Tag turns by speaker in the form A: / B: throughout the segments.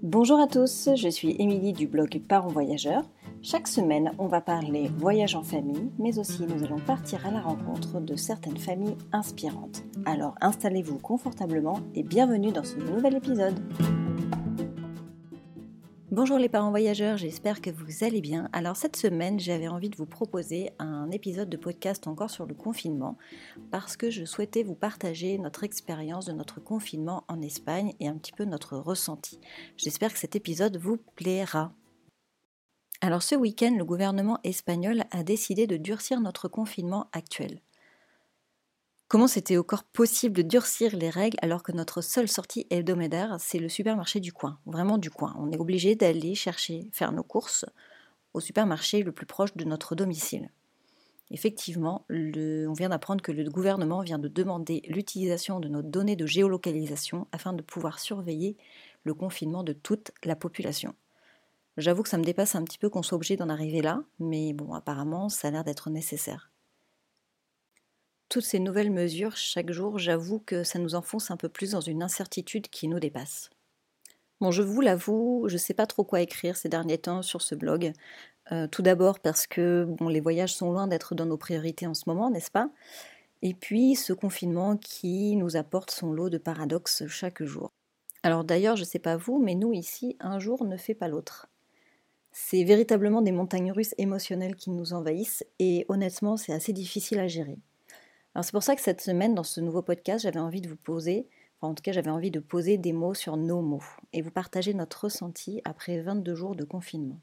A: Bonjour à tous, je suis Émilie du blog Parents Voyageurs. Chaque semaine, on va parler voyage en famille, mais aussi nous allons partir à la rencontre de certaines familles inspirantes. Alors installez-vous confortablement et bienvenue dans ce nouvel épisode. Bonjour les parents voyageurs, j'espère que vous allez bien. Alors cette semaine, j'avais envie de vous proposer un épisode de podcast encore sur le confinement parce que je souhaitais vous partager notre expérience de notre confinement en Espagne et un petit peu notre ressenti. J'espère que cet épisode vous plaira. Alors ce week-end, le gouvernement espagnol a décidé de durcir notre confinement actuel. Comment c'était encore possible de durcir les règles alors que notre seule sortie hebdomadaire, c'est le supermarché du coin, vraiment du coin. On est obligé d'aller faire nos courses au supermarché le plus proche de notre domicile. Effectivement, on vient d'apprendre que le gouvernement vient de demander l'utilisation de nos données de géolocalisation afin de pouvoir surveiller le confinement de toute la population. J'avoue que ça me dépasse un petit peu qu'on soit obligé d'en arriver là, mais bon, apparemment, ça a l'air d'être nécessaire. Toutes ces nouvelles mesures, chaque jour, j'avoue que ça nous enfonce un peu plus dans une incertitude qui nous dépasse. Bon, je vous l'avoue, je ne sais pas trop quoi écrire ces derniers temps sur ce blog. Tout d'abord parce que les voyages sont loin d'être dans nos priorités en ce moment, n'est-ce pas ? Et puis ce confinement qui nous apporte son lot de paradoxes chaque jour. Alors d'ailleurs, je ne sais pas vous, mais nous ici, un jour ne fait pas l'autre. C'est véritablement des montagnes russes émotionnelles qui nous envahissent et honnêtement, c'est assez difficile à gérer. Alors c'est pour ça que cette semaine, dans ce nouveau podcast, j'avais envie de poser des mots sur nos mots et vous partager notre ressenti après 22 jours de confinement.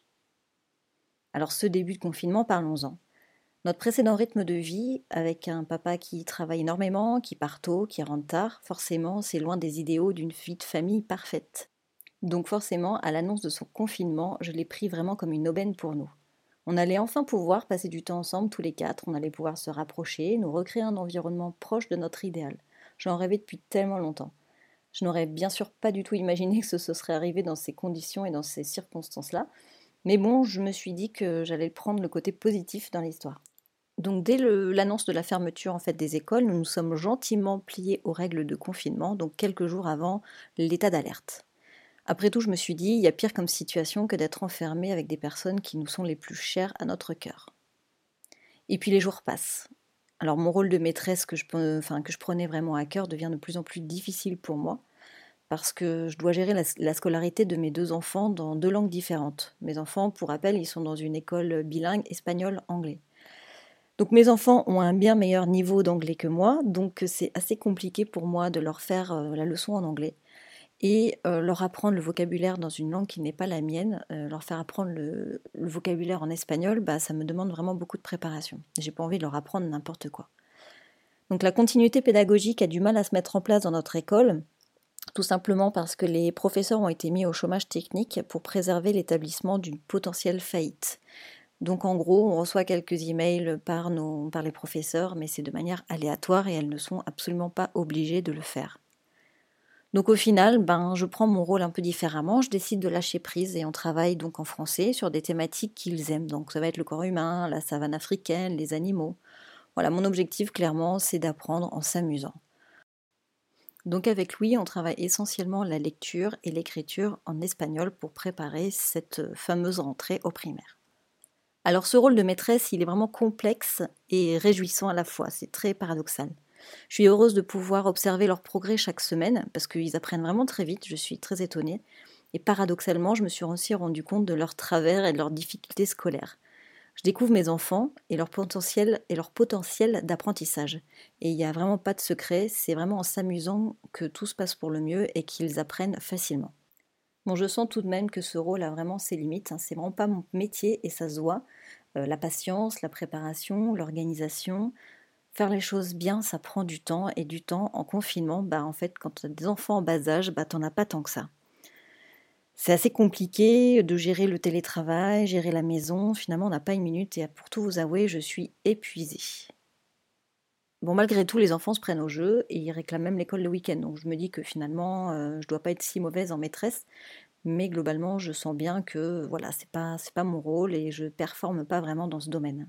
A: Alors ce début de confinement, parlons-en. Notre précédent rythme de vie, avec un papa qui travaille énormément, qui part tôt, qui rentre tard, forcément c'est loin des idéaux d'une vie de famille parfaite. Donc forcément, à l'annonce de son confinement, je l'ai pris vraiment comme une aubaine pour nous. On allait enfin pouvoir passer du temps ensemble tous les quatre, on allait pouvoir se rapprocher, nous recréer un environnement proche de notre idéal. J'en rêvais depuis tellement longtemps. Je n'aurais bien sûr pas du tout imaginé que ce serait arrivé dans ces conditions et dans ces circonstances-là, mais bon, je me suis dit que j'allais prendre le côté positif dans l'histoire. Donc dès l'annonce de la fermeture des écoles, nous nous sommes gentiment pliés aux règles de confinement, donc quelques jours avant l'état d'alerte. Après tout, je me suis dit, il y a pire comme situation que d'être enfermé avec des personnes qui nous sont les plus chères à notre cœur. Et puis les jours passent. Alors mon rôle de maîtresse que je prenais vraiment à cœur devient de plus en plus difficile pour moi parce que je dois gérer la scolarité de mes deux enfants dans deux langues différentes. Mes enfants, pour rappel, ils sont dans une école bilingue espagnol-anglais. Donc mes enfants ont un bien meilleur niveau d'anglais que moi, donc c'est assez compliqué pour moi de leur faire la leçon en anglais et leur apprendre le vocabulaire dans une langue qui n'est pas la mienne, leur faire apprendre le vocabulaire en espagnol, ça me demande vraiment beaucoup de préparation. J'ai pas envie de leur apprendre n'importe quoi. Donc la continuité pédagogique a du mal à se mettre en place dans notre école, tout simplement parce que les professeurs ont été mis au chômage technique pour préserver l'établissement d'une potentielle faillite. Donc en gros, on reçoit quelques emails par les professeurs, mais c'est de manière aléatoire et elles ne sont absolument pas obligées de le faire. Donc au final, je prends mon rôle un peu différemment, je décide de lâcher prise et on travaille donc en français sur des thématiques qu'ils aiment. Donc ça va être le corps humain, la savane africaine, les animaux. Voilà, mon objectif clairement, c'est d'apprendre en s'amusant. Donc avec lui, on travaille essentiellement la lecture et l'écriture en espagnol pour préparer cette fameuse rentrée au primaire. Alors ce rôle de maîtresse, il est vraiment complexe et réjouissant à la fois, c'est très paradoxal. Je suis heureuse de pouvoir observer leur progrès chaque semaine, parce qu'ils apprennent vraiment très vite, je suis très étonnée. Et paradoxalement, je me suis aussi rendu compte de leurs travers et de leurs difficultés scolaires. Je découvre mes enfants et leur potentiel d'apprentissage. Et il n'y a vraiment pas de secret, c'est vraiment en s'amusant que tout se passe pour le mieux et qu'ils apprennent facilement. Bon, je sens tout de même que ce rôle a vraiment ses limites, c'est vraiment pas mon métier et ça se voit. La patience, la préparation, l'organisation, faire les choses bien, ça prend du temps et du temps en confinement, quand tu as des enfants en bas âge, t'en as pas tant que ça. C'est assez compliqué de gérer le télétravail, gérer la maison, finalement on n'a pas une minute et pour tout vous avouer, je suis épuisée. Bon, malgré tout, les enfants se prennent au jeu et ils réclament même l'école le week-end, donc je me dis que finalement, je dois pas être si mauvaise en maîtresse, mais globalement, je sens bien que voilà, c'est pas mon rôle et je performe pas vraiment dans ce domaine.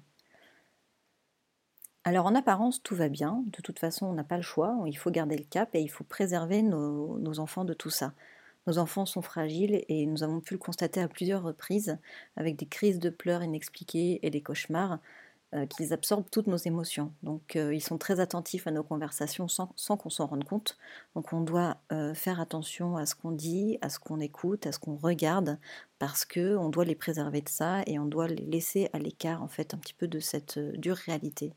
A: Alors en apparence, tout va bien. De toute façon, on n'a pas le choix. Il faut garder le cap et il faut préserver nos enfants de tout ça. Nos enfants sont fragiles et nous avons pu le constater à plusieurs reprises avec des crises de pleurs inexpliquées et des cauchemars qu'ils absorbent toutes nos émotions. Donc ils sont très attentifs à nos conversations sans qu'on s'en rende compte. Donc on doit faire attention à ce qu'on dit, à ce qu'on écoute, à ce qu'on regarde, parce qu'on doit les préserver de ça et on doit les laisser à l'écart en fait un petit peu de cette dure réalité.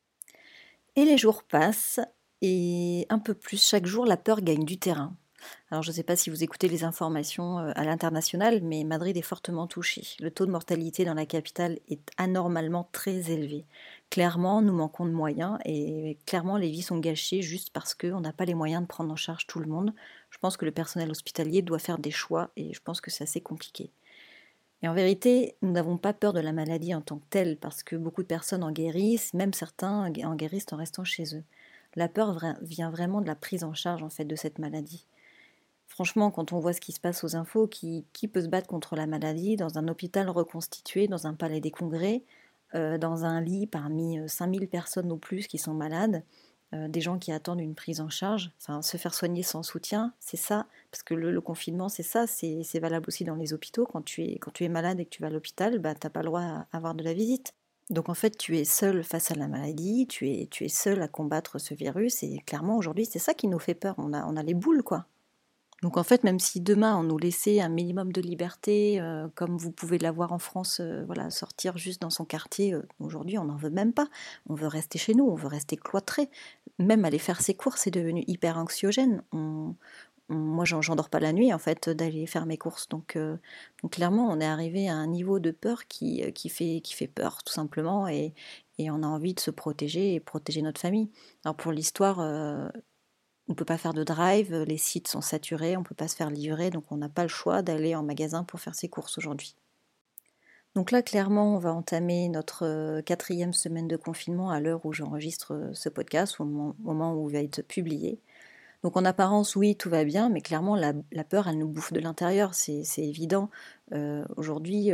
A: Et les jours passent et un peu plus chaque jour la peur gagne du terrain. Alors je ne sais pas si vous écoutez les informations à l'international, mais Madrid est fortement touchée. Le taux de mortalité dans la capitale est anormalement très élevé. Clairement, nous manquons de moyens et clairement les vies sont gâchées juste parce qu'on n'a pas les moyens de prendre en charge tout le monde. Je pense que le personnel hospitalier doit faire des choix et je pense que c'est assez compliqué. Et en vérité, nous n'avons pas peur de la maladie en tant que telle parce que beaucoup de personnes en guérissent, même certains en guérissent en restant chez eux. La peur vient vraiment de la prise en charge en fait de cette maladie. Franchement, quand on voit ce qui se passe aux infos, qui peut se battre contre la maladie dans un hôpital reconstitué, dans un palais des congrès, dans un lit parmi 5000 personnes ou plus qui sont malades, des gens qui attendent une prise en charge, enfin se faire soigner sans soutien, c'est ça, parce que le confinement c'est ça, c'est valable aussi dans les hôpitaux, quand tu es malade et que tu vas à l'hôpital, bah, tu n'as pas le droit à avoir de la visite. Donc en fait tu es seul face à la maladie, tu es seul à combattre ce virus, et clairement aujourd'hui c'est ça qui nous fait peur, on a les boules quoi. Donc en fait, même si demain on nous laissait un minimum de liberté, comme vous pouvez l'avoir en France, voilà, sortir juste dans son quartier, aujourd'hui on n'en veut même pas. On veut rester chez nous, on veut rester cloîtré. Même aller faire ses courses, c'est devenu hyper anxiogène. Moi, j'en dors pas la nuit en fait d'aller faire mes courses. Donc clairement, on est arrivé à un niveau de peur qui fait peur tout simplement, et on a envie de se protéger et protéger notre famille. Alors pour l'histoire, on ne peut pas faire de drive, les sites sont saturés, on ne peut pas se faire livrer, donc on n'a pas le choix d'aller en magasin pour faire ses courses aujourd'hui. Donc là, clairement, on va entamer notre quatrième semaine de confinement à l'heure où j'enregistre ce podcast, au moment où il va être publié. Donc en apparence, oui, tout va bien, mais clairement, la peur, elle nous bouffe de l'intérieur, c'est évident. Aujourd'hui,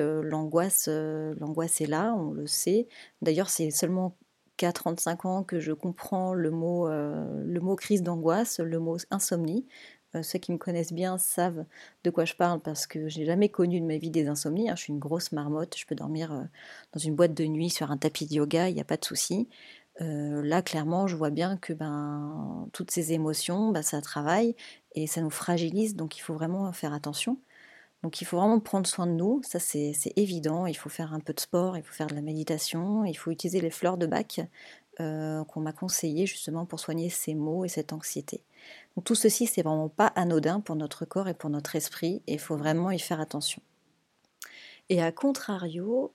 A: l'angoisse est là, on le sait. D'ailleurs, c'est seulement qu'à 35 ans que je comprends le mot crise d'angoisse, le mot insomnie. Ceux qui me connaissent bien savent de quoi je parle parce que je n'ai jamais connu de ma vie des insomnies, hein. Je suis une grosse marmotte, je peux dormir dans une boîte de nuit sur un tapis de yoga, il n'y a pas de souci. Là, clairement, je vois bien que toutes ces émotions, ça travaille et ça nous fragilise, donc il faut vraiment faire attention. Donc il faut vraiment prendre soin de nous, ça c'est évident. Il faut faire un peu de sport, il faut faire de la méditation, il faut utiliser les fleurs de Bach qu'on m'a conseillé justement pour soigner ces maux et cette anxiété. Donc tout ceci, c'est vraiment pas anodin pour notre corps et pour notre esprit, et il faut vraiment y faire attention. Et à contrario,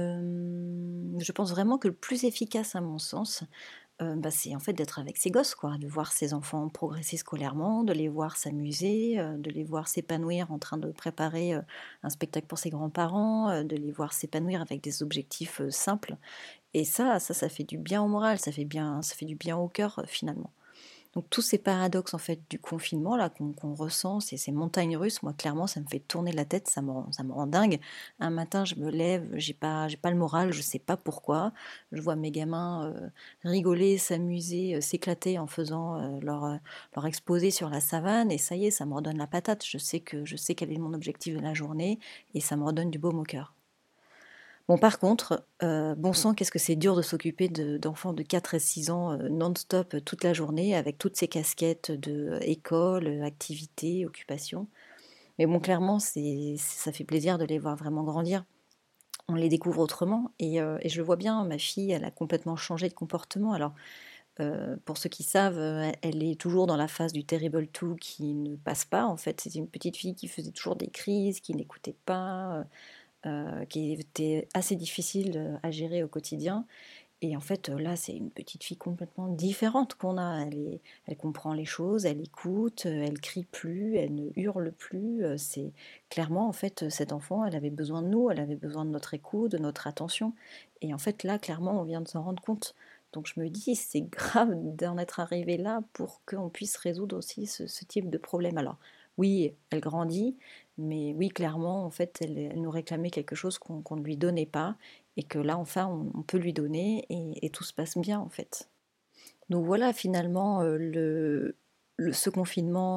A: je pense vraiment que le plus efficace à mon sens, c'est en fait d'être avec ses gosses, quoi, de voir ses enfants progresser scolairement, de les voir s'amuser, de les voir s'épanouir en train de préparer un spectacle pour ses grands-parents, de les voir s'épanouir avec des objectifs simples. Et ça fait du bien au moral, ça fait du bien au cœur finalement. Donc tous ces paradoxes en fait du confinement là qu'on ressent, ces montagnes russes, moi clairement ça me fait tourner la tête, ça me rend dingue. Un matin je me lève, j'ai pas le moral, je sais pas pourquoi. Je vois mes gamins rigoler, s'amuser, s'éclater en faisant leur exposé sur la savane, et ça y est, ça me redonne la patate. Je sais quel est mon objectif de la journée et ça me redonne du baume au cœur. Bon, par contre, bon sang, qu'est-ce que c'est dur de s'occuper d'enfants de 4 et 6 ans non-stop toute la journée avec toutes ces casquettes de école, activité, occupation. Mais bon, clairement, ça fait plaisir de les voir vraiment grandir. On les découvre autrement, et je le vois bien, ma fille, elle a complètement changé de comportement. Alors, pour ceux qui savent, elle est toujours dans la phase du terrible two qui ne passe pas. En fait, c'est une petite fille qui faisait toujours des crises, qui n'écoutait pas, qui était assez difficile à gérer au quotidien. Et en fait, là, c'est une petite fille complètement différente qu'on a. Elle comprend les choses, elle écoute, elle crie plus, elle ne hurle plus. C'est clairement, en fait, cet enfant, elle avait besoin de nous, elle avait besoin de notre écoute, de notre attention. Et en fait, là, clairement, on vient de s'en rendre compte. Donc je me dis, c'est grave d'en être arrivé là pour qu'on puisse résoudre aussi ce type de problème. Alors oui, elle grandit, mais oui, clairement, en fait, elle nous réclamait quelque chose qu'on ne lui donnait pas, et que là, enfin, on peut lui donner, et tout se passe bien, en fait. Donc voilà, finalement, ce confinement,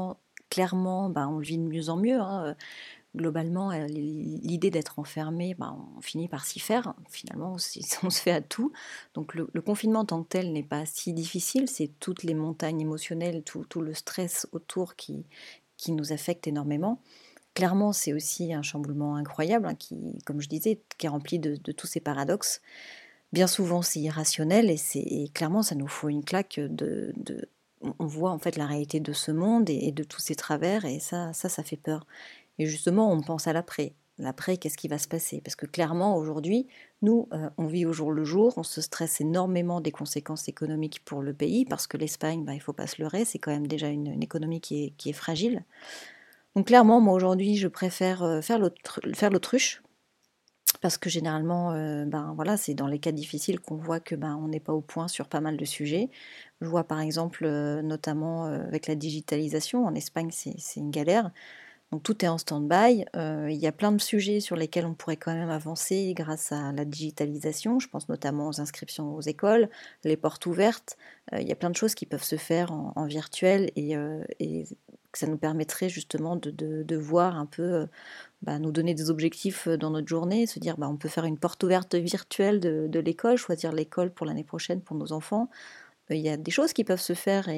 A: clairement, on le vit de mieux en mieux, hein. Globalement, l'idée d'être enfermé, on finit par s'y faire. Finalement, on se fait à tout. Donc le confinement en tant que tel n'est pas si difficile. C'est toutes les montagnes émotionnelles, tout le stress autour qui nous affecte énormément. Clairement, c'est aussi un chamboulement incroyable, hein, qui, comme je disais, qui est rempli de tous ces paradoxes. Bien souvent, c'est irrationnel et clairement, ça nous faut une claque on voit en fait la réalité de ce monde et de tous ses travers et ça fait peur. Et justement, on pense à l'après. L'après, qu'est-ce qui va se passer? Parce que clairement, aujourd'hui, nous, on vit au jour le jour, on se stresse énormément des conséquences économiques pour le pays, parce que l'Espagne, il ne faut pas se leurrer, c'est quand même déjà une économie qui est fragile. Donc clairement, moi aujourd'hui, je préfère faire l'autruche, parce que généralement, voilà, c'est dans les cas difficiles qu'on voit que on n'est pas au point sur pas mal de sujets. Je vois par exemple, notamment avec la digitalisation, en Espagne, c'est une galère. Donc tout est en stand-by. Il y a plein de sujets sur lesquels on pourrait quand même avancer grâce à la digitalisation. Je pense notamment aux inscriptions aux écoles, les portes ouvertes. Il y a plein de choses qui peuvent se faire en virtuel et que ça nous permettrait justement de voir un peu, nous donner des objectifs dans notre journée, se dire on peut faire une porte ouverte virtuelle de l'école, choisir l'école pour l'année prochaine pour nos enfants. Il y a des choses qui peuvent se faire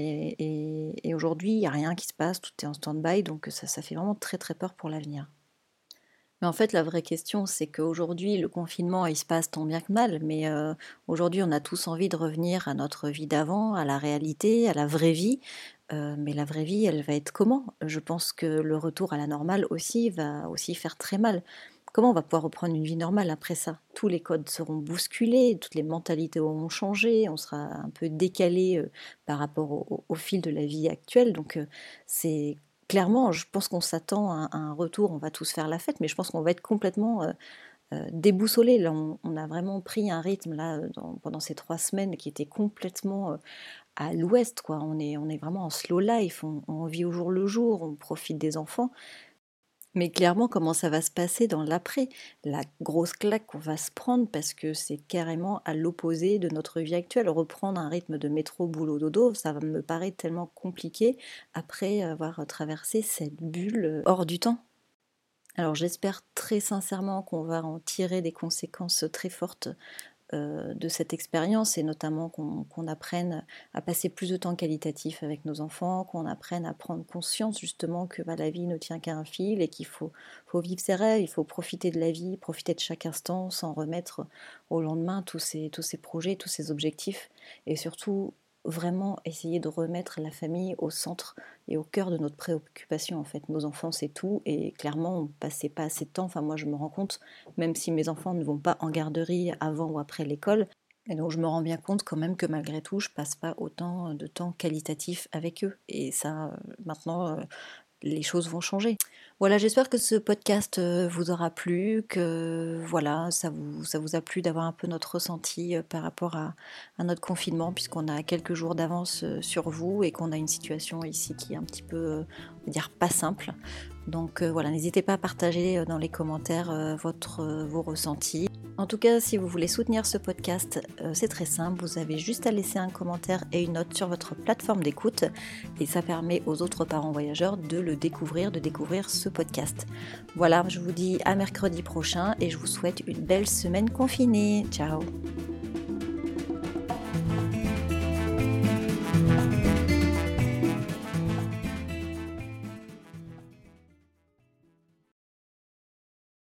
A: et aujourd'hui, il n'y a rien qui se passe, tout est en stand-by, donc ça fait vraiment très très peur pour l'avenir. Mais en fait, la vraie question, c'est qu'aujourd'hui, le confinement, il se passe tant bien que mal, mais aujourd'hui, on a tous envie de revenir à notre vie d'avant, à la réalité, à la vraie vie. Mais la vraie vie, elle va être comment? Je pense que le retour à la normale aussi va aussi faire très mal. Comment on va pouvoir reprendre une vie normale après ça? Tous les codes seront bousculés, toutes les mentalités auront changé, on sera un peu décalé par rapport au fil de la vie actuelle. Donc c'est clairement, je pense qu'on s'attend à un retour, on va tous faire la fête, mais je pense qu'on va être complètement déboussolés. Là, on a vraiment pris un rythme là, pendant ces 3 semaines qui était complètement à l'ouest, quoi. On est vraiment en slow life, on vit au jour le jour, on profite des enfants. Mais clairement, comment ça va se passer dans l'après? La grosse claque qu'on va se prendre parce que c'est carrément à l'opposé de notre vie actuelle. Reprendre un rythme de métro, boulot, dodo, ça va me paraître tellement compliqué après avoir traversé cette bulle hors du temps. Alors j'espère très sincèrement qu'on va en tirer des conséquences très fortes de cette expérience et notamment qu'on apprenne à passer plus de temps qualitatif avec nos enfants, qu'on apprenne à prendre conscience justement que la vie ne tient qu'à un fil et qu'il faut vivre ses rêves, il faut profiter de la vie, profiter de chaque instant, s'en remettre au lendemain tous ces projets, tous ces objectifs et surtout vraiment essayer de remettre la famille au centre et au cœur de notre préoccupation en fait. Nos enfants c'est tout et clairement on passait pas assez de temps, enfin moi je me rends compte, même si mes enfants ne vont pas en garderie avant ou après l'école, et donc je me rends bien compte quand même que malgré tout je passe pas autant de temps qualitatif avec eux et ça maintenant les choses vont changer. Voilà, j'espère que ce podcast vous aura plu, que voilà, ça vous a plu d'avoir un peu notre ressenti par rapport à notre confinement, puisqu'on a quelques jours d'avance sur vous et qu'on a une situation ici qui est un petit peu, on va dire, pas simple. Donc voilà, n'hésitez pas à partager dans les commentaires vos ressentis. En tout cas, si vous voulez soutenir ce podcast, c'est très simple, vous avez juste à laisser un commentaire et une note sur votre plateforme d'écoute et ça permet aux autres parents voyageurs de le découvrir, de découvrir ce podcast. Voilà, je vous dis à mercredi prochain et je vous souhaite une belle semaine confinée. Ciao!